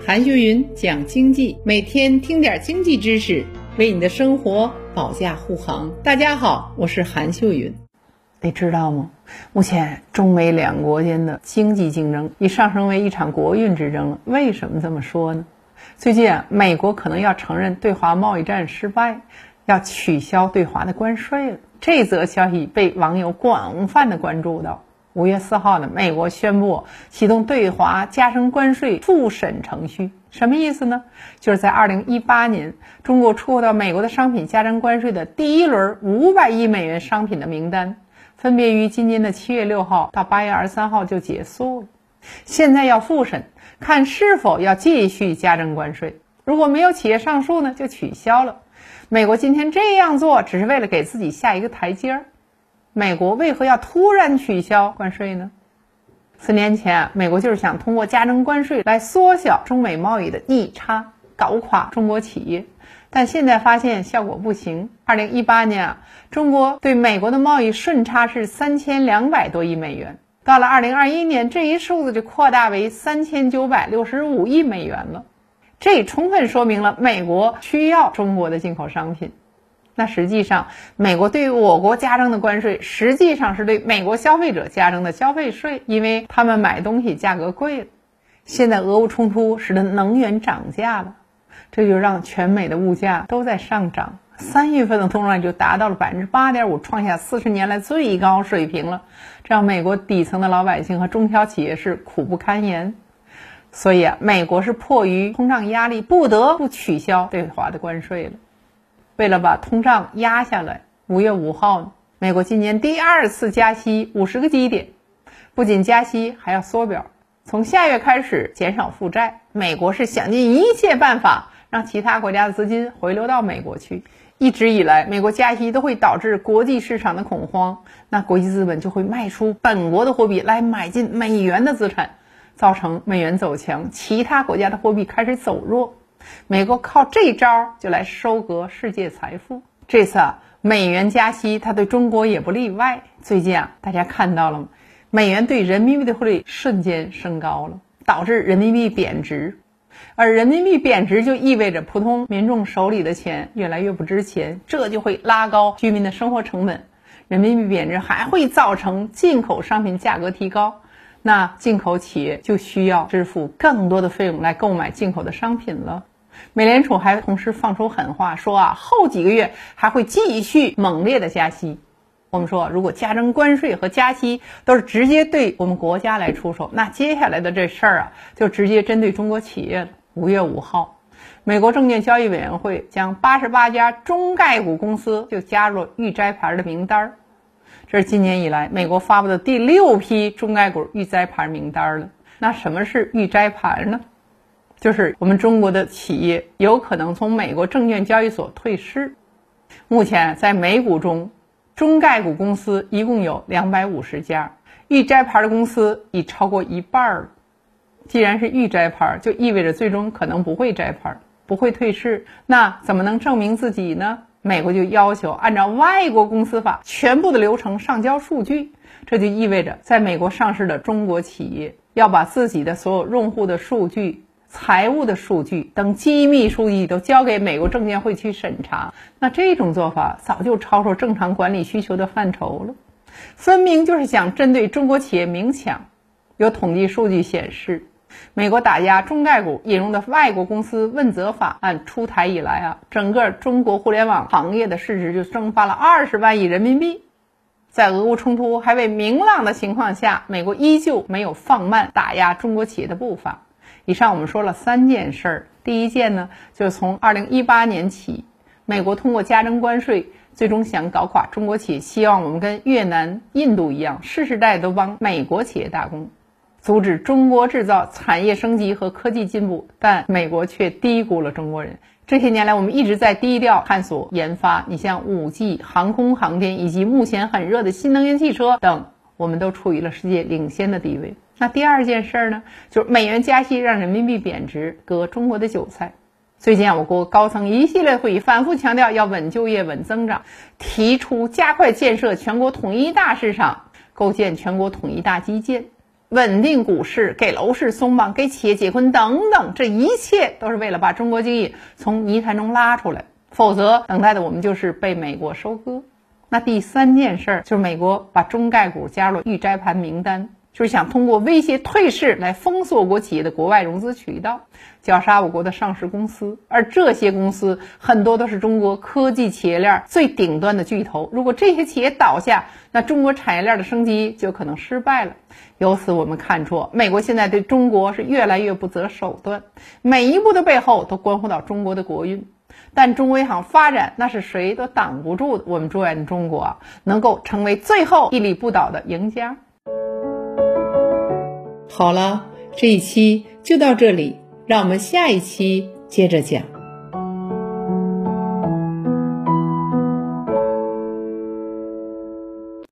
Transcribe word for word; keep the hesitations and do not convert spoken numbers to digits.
韩秀云讲经济，每天听点经济知识，为你的生活保驾护航。大家好，我是韩秀云。你知道吗？目前中美两国间的经济竞争已上升为一场国运之争了。为什么这么说呢？最近啊，美国可能要承认对华贸易战失败，要取消对华的关税了。这则消息被网友广泛的关注到。五月四号呢，美国宣布启动对华加征关税复审程序。什么意思呢？就是在二零一八年，中国出口到美国的商品加征关税的第一轮五百亿美元商品的名单，分别于今年的七月六号到八月二十三号就结束了。现在要复审，看是否要继续加征关税。如果没有企业上诉呢，就取消了。美国今天这样做，只是为了给自己下一个台阶儿。美国为何要突然取消关税呢？四年前，美国就是想通过加征关税来缩小中美贸易的逆差，搞垮中国企业。但现在发现效果不行。二零一八年啊，中国对美国的贸易顺差是三千两百多亿美元。到了二零二一年，这一数字就扩大为三千九百六十五亿美元了。这充分说明了美国需要中国的进口商品。那实际上，美国对我国加征的关税，实际上是对美国消费者加征的消费税，因为他们买东西价格贵了。现在俄乌冲突使得能源涨价了，这就让全美的物价都在上涨。三月份的通胀率就达到了 百分之八点五， 创下四十年来最高水平了，这让美国底层的老百姓和中小企业是苦不堪言。所以啊，美国是迫于通胀压力，不得不取消对华的关税了。为了把通胀压下来，五月五号，美国今年第二次加息五十个基点，不仅加息，还要缩表。从下月开始减少负债，美国是想尽一切办法让其他国家的资金回流到美国去。一直以来，美国加息都会导致国际市场的恐慌，那国际资本就会卖出本国的货币来买进美元的资产，造成美元走强，其他国家的货币开始走弱。美国靠这招就来收割世界财富。这次啊，美元加息，它对中国也不例外。最近啊，大家看到了吗？美元对人民币的汇率瞬间升高了，导致人民币贬值。而人民币贬值就意味着普通民众手里的钱越来越不值钱，这就会拉高居民的生活成本。人民币贬值还会造成进口商品价格提高，那进口企业就需要支付更多的费用来购买进口的商品了。美联储还同时放出狠话，说啊，后几个月还会继续猛烈的加息。我们说，如果加征关税和加息都是直接对我们国家来出手，那接下来的这事儿啊，就直接针对中国企业了。五月五号，美国证券交易委员会将八十八家中概股公司就加入了预摘牌的名单，这是今年以来美国发布的第六批中概股预摘牌名单了。那什么是预摘牌呢？就是我们中国的企业有可能从美国证券交易所退市。目前在美股中，中概股公司一共有两百五十家，预摘牌的公司已超过一半了。既然是预摘牌，就意味着最终可能不会摘牌，不会退市。那怎么能证明自己呢？美国就要求按照外国公司法全部的流程上交数据，这就意味着在美国上市的中国企业要把自己的所有用户的数据、财务的数据等机密数据都交给美国证监会去审查。那这种做法早就超出正常管理需求的范畴了，分明就是想针对中国企业明抢。有统计数据显示，美国打压中概股引入的外国公司问责法案出台以来啊，整个中国互联网行业的市值就蒸发了二十万亿人民币。在俄乌冲突还未明朗的情况下，美国依旧没有放慢打压中国企业的步伐。以上我们说了三件事儿。第一件呢，就是从二零一八年起，美国通过加征关税，最终想搞垮中国企业，希望我们跟越南、印度一样，世世代代都帮美国企业打工，阻止中国制造产业升级和科技进步。但美国却低估了中国人。这些年来，我们一直在低调探索研发，你像 五 G、航空航天以及目前很热的新能源汽车等，我们都处于了世界领先的地位。那第二件事呢，就是美元加息让人民币贬值，割中国的韭菜。最近我国高层一系列会议反复强调要稳就业、稳增长，提出加快建设全国统一大市场，构建全国统一大基建。 稳定股市，给楼市松绑，给企业解困等等，这一切都是为了把中国经济从泥潭中拉出来，否则等待的我们就是被美国收割。那第三件事儿就是美国把中概股加入预摘盘名单，就是想通过威胁退市来封锁国企业的国外融资渠道，绞杀我国的上市公司，而这些公司很多都是中国科技企业链最顶端的巨头，如果这些企业倒下，那中国产业链的升级就可能失败了。由此我们看出，美国现在对中国是越来越不择手段，每一步的背后都关乎到中国的国运。但中国行发展那是谁都挡不住的，我们祝愿中国啊能够成为最后屹立不倒的赢家。好了，这一期就到这里，让我们下一期接着讲。